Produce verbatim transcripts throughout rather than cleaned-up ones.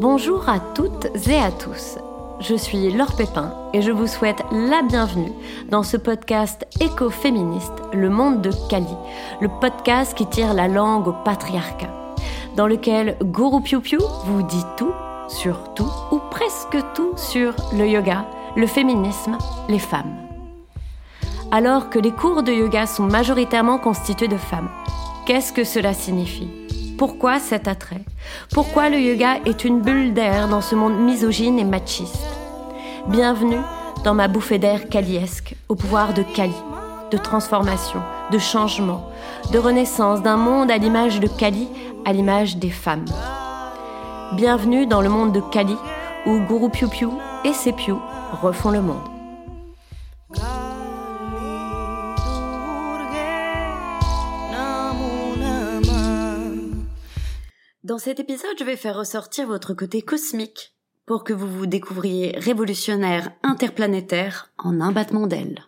Bonjour à toutes et à tous. Je suis Laure Pépin et je vous souhaite la bienvenue dans ce podcast écoféministe, Le Monde de Kali, le podcast qui tire la langue au patriarcat, dans lequel Guru Piu Piu vous dit tout, sur tout ou presque tout sur le yoga, le féminisme, les femmes. Alors que les cours de yoga sont majoritairement constitués de femmes, qu'est-ce que cela signifie ? Pourquoi cet attrait ? Pourquoi le yoga est une bulle d'air dans ce monde misogyne et machiste ? Bienvenue dans ma bouffée d'air kaliesque, au pouvoir de Kali, de transformation, de changement, de renaissance d'un monde à l'image de Kali, à l'image des femmes. Bienvenue dans le monde de Kali, où Guru Piu Piu et ses Piu refont le monde. Dans cet épisode, je vais faire ressortir votre côté cosmique pour que vous vous découvriez révolutionnaire interplanétaire en un battement d'ailes.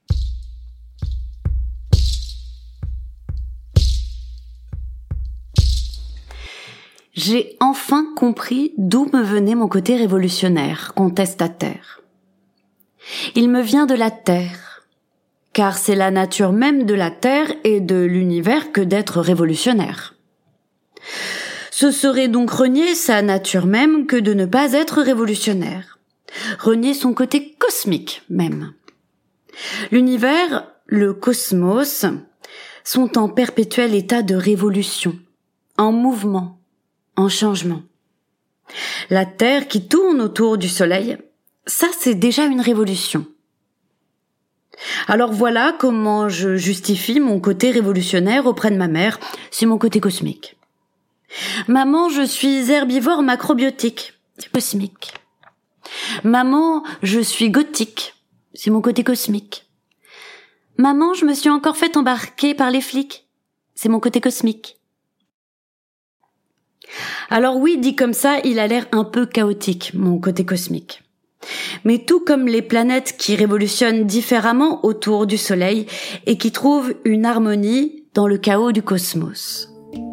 J'ai enfin compris d'où me venait mon côté révolutionnaire, contestataire. Il me vient de la Terre, car c'est la nature même de la Terre et de l'univers que d'être révolutionnaire. Ce serait donc renier sa nature même que de ne pas être révolutionnaire. Renier son côté cosmique même. L'univers, le cosmos, sont en perpétuel état de révolution, en mouvement, en changement. La Terre qui tourne autour du Soleil, ça c'est déjà une révolution. Alors voilà comment je justifie mon côté révolutionnaire auprès de ma mère, c'est mon côté cosmique. Maman, je suis herbivore macrobiotique, c'est cosmique. Maman, je suis gothique, c'est mon côté cosmique. Maman, je me suis encore fait embarquer par les flics, c'est mon côté cosmique. Alors oui, dit comme ça, il a l'air un peu chaotique, mon côté cosmique. Mais tout comme les planètes qui révolutionnent différemment autour du Soleil et qui trouvent une harmonie dans le chaos du cosmos.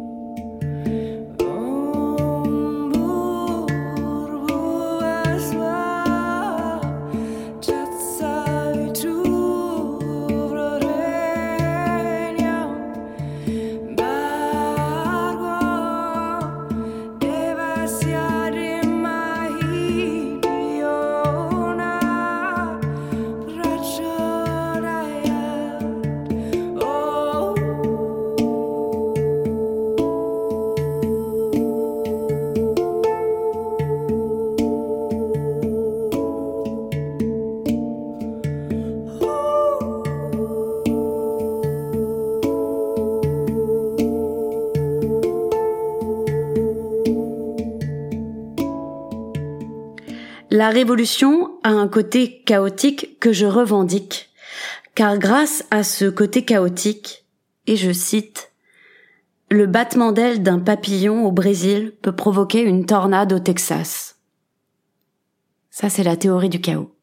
La révolution a un côté chaotique que je revendique, car grâce à ce côté chaotique, et je cite, « Le battement d'ailes d'un papillon au Brésil peut provoquer une tornade au Texas. » Ça, c'est la théorie du chaos.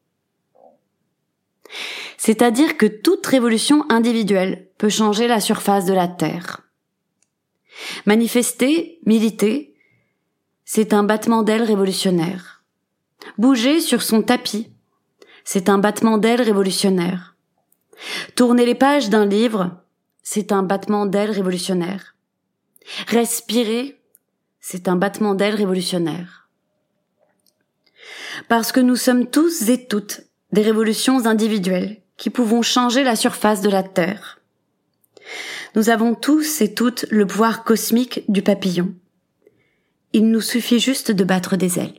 C'est-à-dire que toute révolution individuelle peut changer la surface de la Terre. Manifester, militer, c'est un battement d'ailes révolutionnaire. Bouger sur son tapis, c'est un battement d'ailes révolutionnaire. Tourner les pages d'un livre, c'est un battement d'ailes révolutionnaire. Respirer, c'est un battement d'ailes révolutionnaire. Parce que nous sommes tous et toutes des révolutions individuelles qui pouvons changer la surface de la Terre. Nous avons tous et toutes le pouvoir cosmique du papillon. Il nous suffit juste de battre des ailes.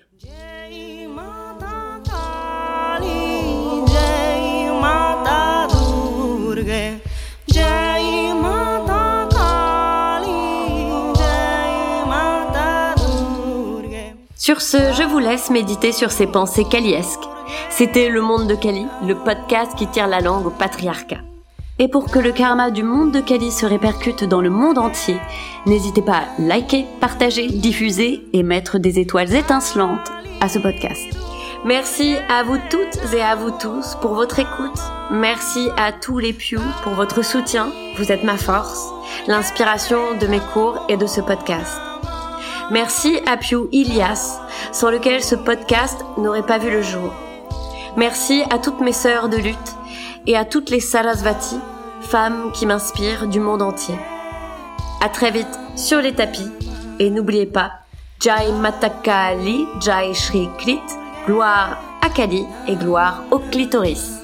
Sur ce, je vous laisse méditer sur ces pensées kaliesques. C'était Le Monde de Kali, le podcast qui tire la langue au patriarcat. Et pour que le karma du monde de Kali se répercute dans le monde entier, n'hésitez pas à liker, partager, diffuser et mettre des étoiles étincelantes à ce podcast. Merci à vous toutes et à vous tous pour votre écoute. Merci à tous les Piu pour votre soutien. Vous êtes ma force, l'inspiration de mes cours et de ce podcast. Merci à Piu Ilias, sans lequel ce podcast n'aurait pas vu le jour. Merci à toutes mes sœurs de lutte et à toutes les Sarasvati, femmes qui m'inspirent du monde entier. À très vite sur les tapis et n'oubliez pas, Jai Mata Kali, Jai Shri Klit, gloire à Kali et gloire au clitoris.